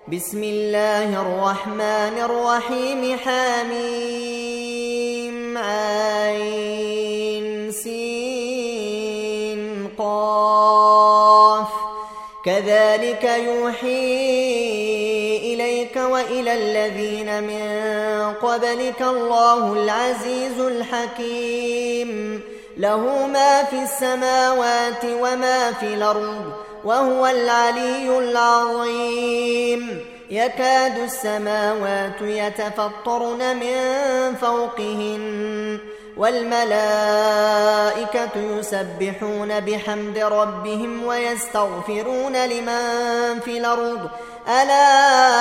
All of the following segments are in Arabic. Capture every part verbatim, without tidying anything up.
بسم الله الرحمن الرحيم حميم عين سين قاف كذلك يوحي إليك وإلى الذين من قبلك الله العزيز الحكيم له ما في السماوات وما في الأرض وهو العلي العظيم يكاد السماوات يتفطرن من فوقهن والملائكة يسبحون بحمد ربهم ويستغفرون لمن في الأرض ألا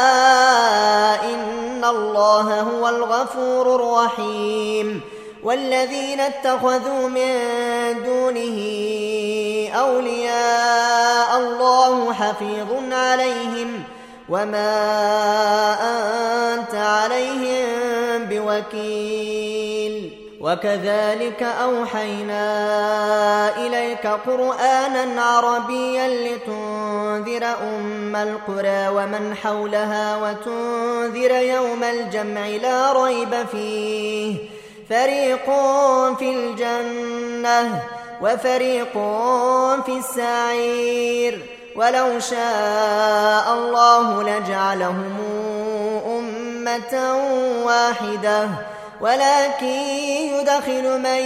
إن الله هو الغفور الرحيم والذين اتخذوا من دونه أولياء الله حفيظ عليهم وما أنت عليهم بوكيل وكذلك أوحينا إليك قرآنا عربيا لتنذر أم القرى ومن حولها وتنذر يوم الجمع لا ريب فيه فريق في الجنة وفريق في السعير ولو شاء الله لجعلهم أمة واحدة ولكن يدخل من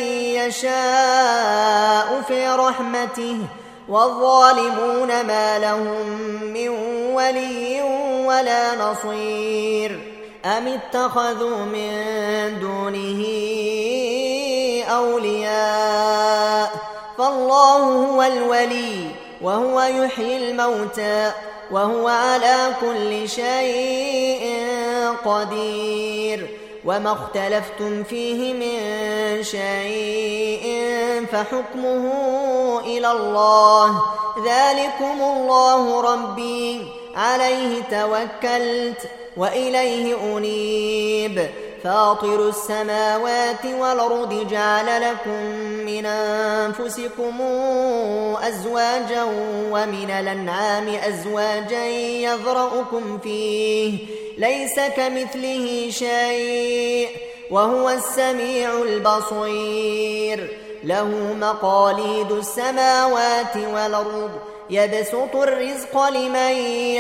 يشاء في رحمته والظالمون ما لهم من ولي ولا نصير أم اتخذوا من دونه أولياء فالله هو الولي وهو يحيي الموتى وهو على كل شيء قدير وما اختلفتم فيه من شيء فحكمه إلى الله ذلكم الله ربي عليه توكلت وإليه أنيب فاطر السماوات والأرض جعل لكم من أنفسكم أزواجا ومن الأنعام أزواجا يذرأكم فيه ليس كمثله شيء وهو السميع البصير له مقاليد السماوات والأرض يبسط الرزق لمن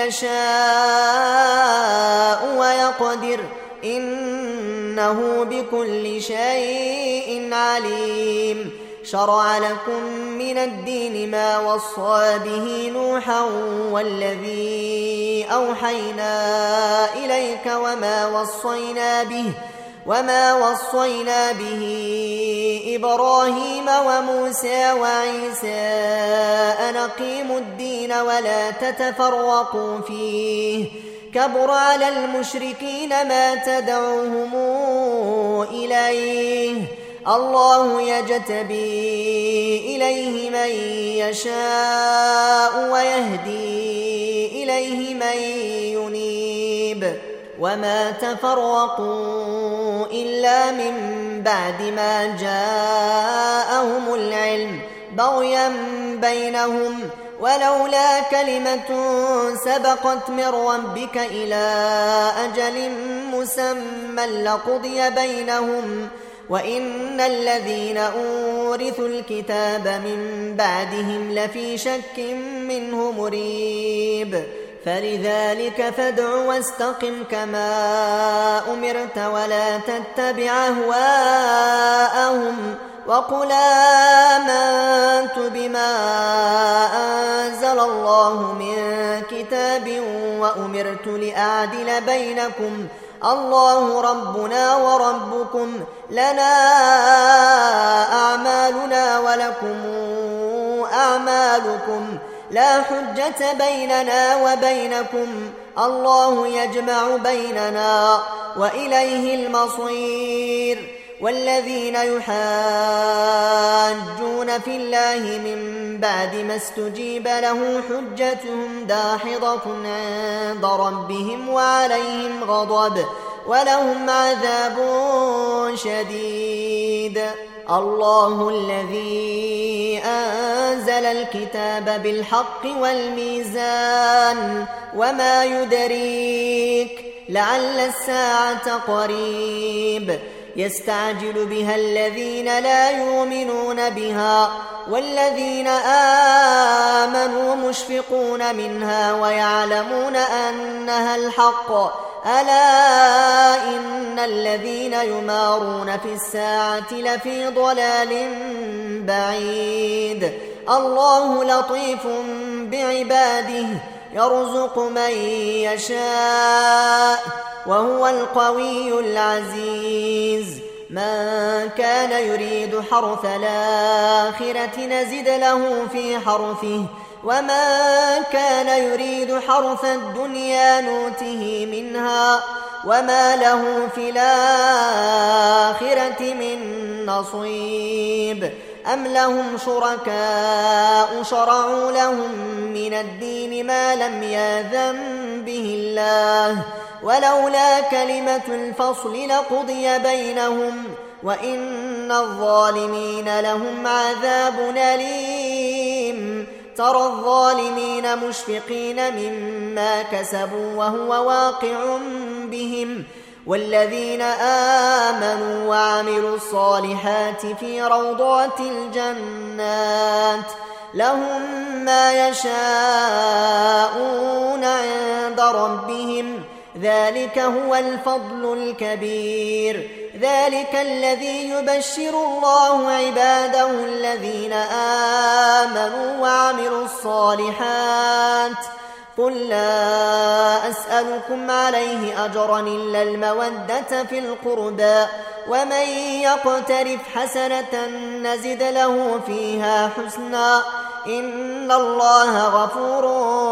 يشاء ويقدر إنه بكل شيء عليم شرع لكم من الدين ما وصى به نوحا والذي أوحينا إليك وما وصينا به وما وصينا به إبراهيم وموسى وعيسى أن أقيموا الدين ولا تتفرقوا فيه كبر على المشركين ما تدعوهم إليه الله يجتبي إليه من يشاء ويهدي إليه من ينيب وما تفرقوا إلا من بعد ما جاءهم العلم بغيا بينهم ولولا كلمة سبقت من ربك إلى أجل مسمى لقضي بينهم وإن الذين أورثوا الكتاب من بعدهم لفي شك منه مريب فلذلك فادع واستقم كما أمرت ولا تتبع أهواءهم وقل آمنت بما أنزل الله من كتاب وأمرت لأعدل بينكم الله ربنا وربكم لنا أعمالنا ولكم أعمالكم لا حجة بيننا وبينكم الله يجمع بيننا وإليه المصير والذين يحاجون في الله من بعد ما استجيب له حجتهم داحضة عند ربهم وعليهم غضب ولهم عذاب شديد الله الذي أنزل الكتاب بالحق والميزان وما يدريك لعل الساعة قريب يستعجل بها الذين لا يؤمنون بها والذين آمنوا مشفقون منها ويعلمون أنها الحق ألا إن الذين يمارون في الساعة لفي ضلال بعيد الله لطيف بعباده يرزق من يشاء وهو القوي العزيز من كان يريد حرث الآخرة نزد له في حرثه ومن كان يريد حرث الدنيا نوته منها وما له في الآخرة من نصيب أم لهم شركاء شرعوا لهم من الدين ما لم يأذن به الله ولولا كلمة الفصل لقضي بينهم وإن الظالمين لهم عذاب أليم ترى الظالمين مشفقين مما كسبوا وهو واقع بهم والذين آمنوا وعملوا الصالحات في روضات الجنات لهم ما يشاءون عند ربهم ذلك هو الفضل الكبير ذلك الذي يبشر الله عباده الذين آمنوا وعملوا الصالحات قل لا أسألكم عليه أجرا إلا المودة في القربى ومن يقترف حسنة نزد له فيها حسنا إن الله غفور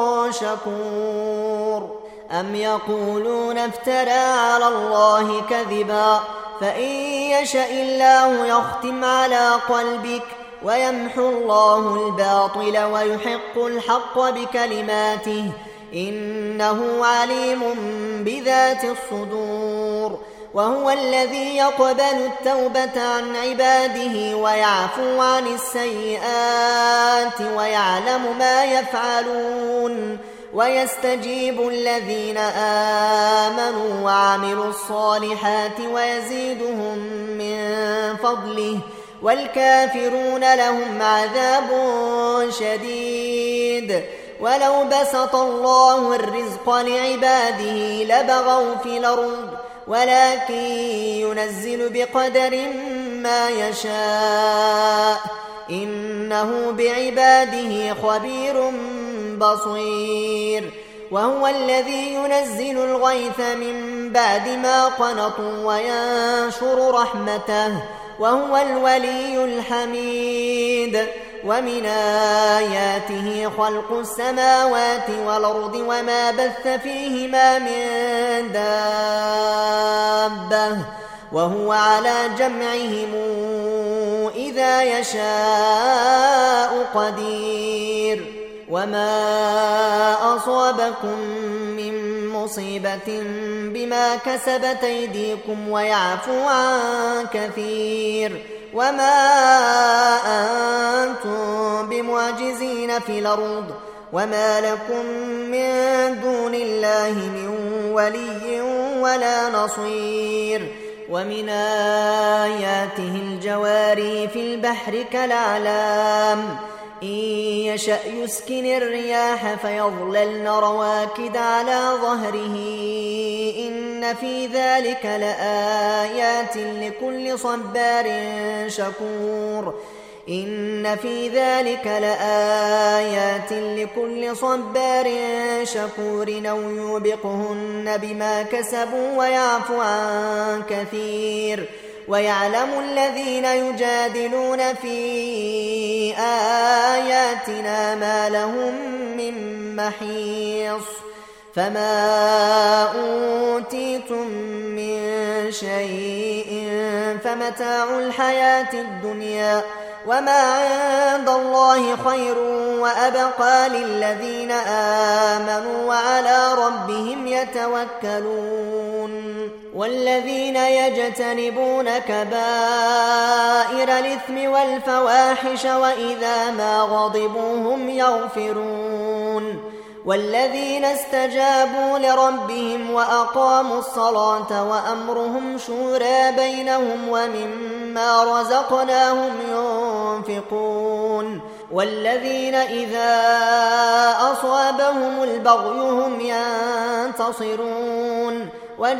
شكور أم يقولون افترى على الله كذبا فإن يشأ الله يختم على قلبك ويمحو الله الباطل ويحق الحق بكلماته إنه عليم بذات الصدور وهو الذي يقبل التوبة عن عباده ويعفو عن السيئات ويعلم ما يفعلون ويستجيب الذين آمنوا وعملوا الصالحات ويزيدهم من فضله والكافرون لهم عذاب شديد ولو بسط الله الرزق لعباده لبغوا في الأرض ولكن ينزل بقدر ما يشاء إنه بعباده خبير بصير وهو الذي ينزل الغيث من بعد ما قنطوا وينشر رحمته وهو الولي الحميد ومن آياته خلق السماوات والأرض وما بث فيهما من دابة وهو على جمعهم إذا يشاء قدير وما أصابكم من مصيبة بما كسبت أيديكم ويعفو عن كثير وما أنتم بمعجزين في الأرض وما لكم من دون الله من ولي ولا نصير ومن آياته الجواري في البحر كالأعلام إن يشأ يسكن الرياح فيظللن رواكد على ظهره إن في ذلك لآيات لكل صبار شكور إن في ذلك لآيات لكل صبار شكور أو يوبقهن بما كسبوا ويعفو عن كثير ويعلم الذين يجادلون في آياتنا ما لهم من محيص فما أوتيتم من شيء فمتاع الحياة الدنيا وما عند الله خير وأبقى للذين آمنوا وعلى ربهم يتوكلون والذين يجتنبون كبائر الإثم والفواحش وإذا ما غضبوا هم يغفرون والذين استجابوا لربهم وأقاموا الصلاة وأمرهم شورى بينهم ومما رزقناهم ينفقون والذين إذا أصابهم البغي هم ينتصرون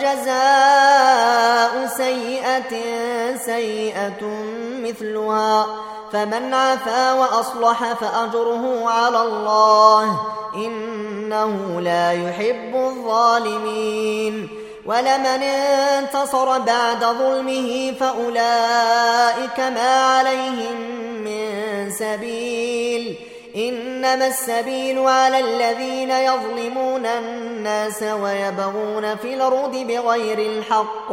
وجزاء سيئة سيئة مثلها فمن عفا وأصلح فأجره على الله إنه لا يحب الظالمين ولمن انتصر بعد ظلمه فأولئك ما عليهم من سبيل إنما السبيل على الذين يظلمون الناس ويبغون في الأرض بغير الحق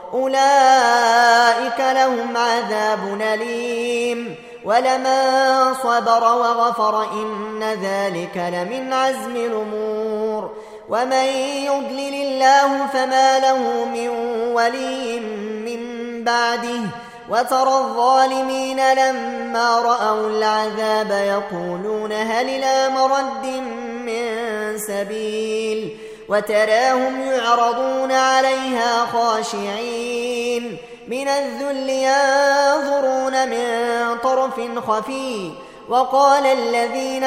أولئك لهم عذاب أليم ولمن صبر وغفر إن ذلك لمن عزم الأمور ومن يضلل الله فما له من ولي من بعده وترى الظالمين لما رأوا العذاب يقولون هل إلى مرد من سبيل وتراهم يعرضون عليها خاشعين من الذل ينظرون من طرف خفي وقال الذين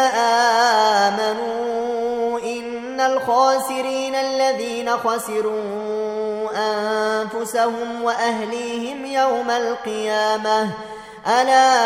آمنوا إن الخاسرين الذين خسروا أنفسهم وأهليهم يوم القيامة ألا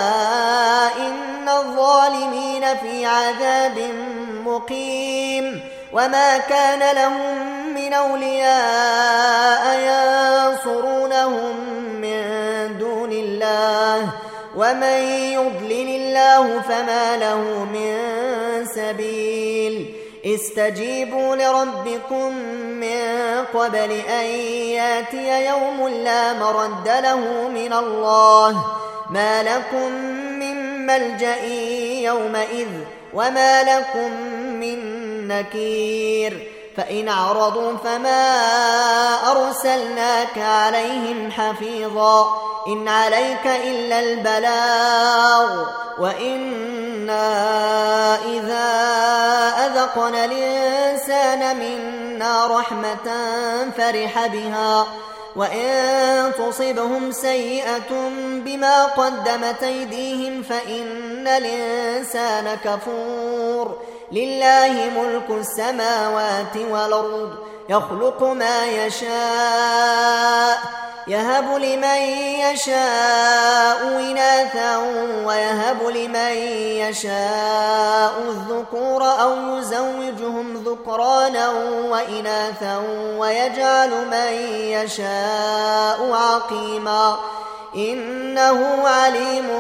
إن الظالمين في عذاب مقيم وما كان لهم من أولياء ينصرونهم من دون الله ومن يضلل الله فما له من سبيل استجيبوا لربكم من قبل أن ياتي يوم لا مرد له من الله ما لكم من ملجأ يومئذ وما لكم من نكير فإن أعرضوا فما أرسلناك عليهم حفيظا إن عليك إلا البلاغ وإنا إذا أذقنا الإنسان منا رحمة فرح بها وإن تصبهم سيئة بما قدمت أيديهم فإن الإنسان كفور لله ملك السماوات والأرض يخلق ما يشاء يهب لمن يشاء إناثا ويهب لمن يشاء الذكور أو يزوجهم ذكرانا وإناثا ويجعل من يشاء عقيما إنه عليم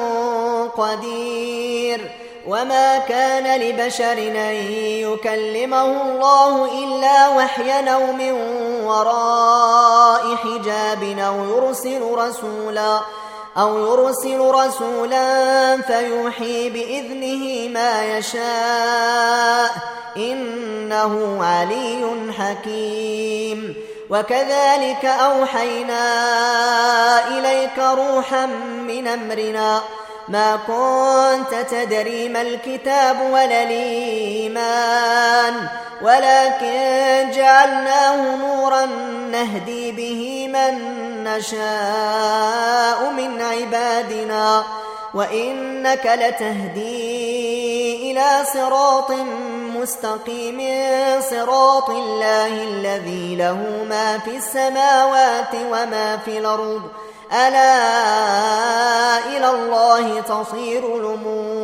قدير وما كان لبشر أن يكلمه الله إلا وحيا أو من وراء حجاب أو يرسل رسولا أو يرسل رسولا فيوحي بإذنه ما يشاء إنه علي حكيم وكذلك أوحينا إليك روحا من أمرنا ما كنت تدري ما الكتاب ولا الإيمان ولكن جعلناه نورا نهدي به من نشاء من عبادنا وإنك لتهدي إلى صراط مستقيم صراط الله الذي له ما في السماوات وما في الأرض ألا إلى الله تصير الأمور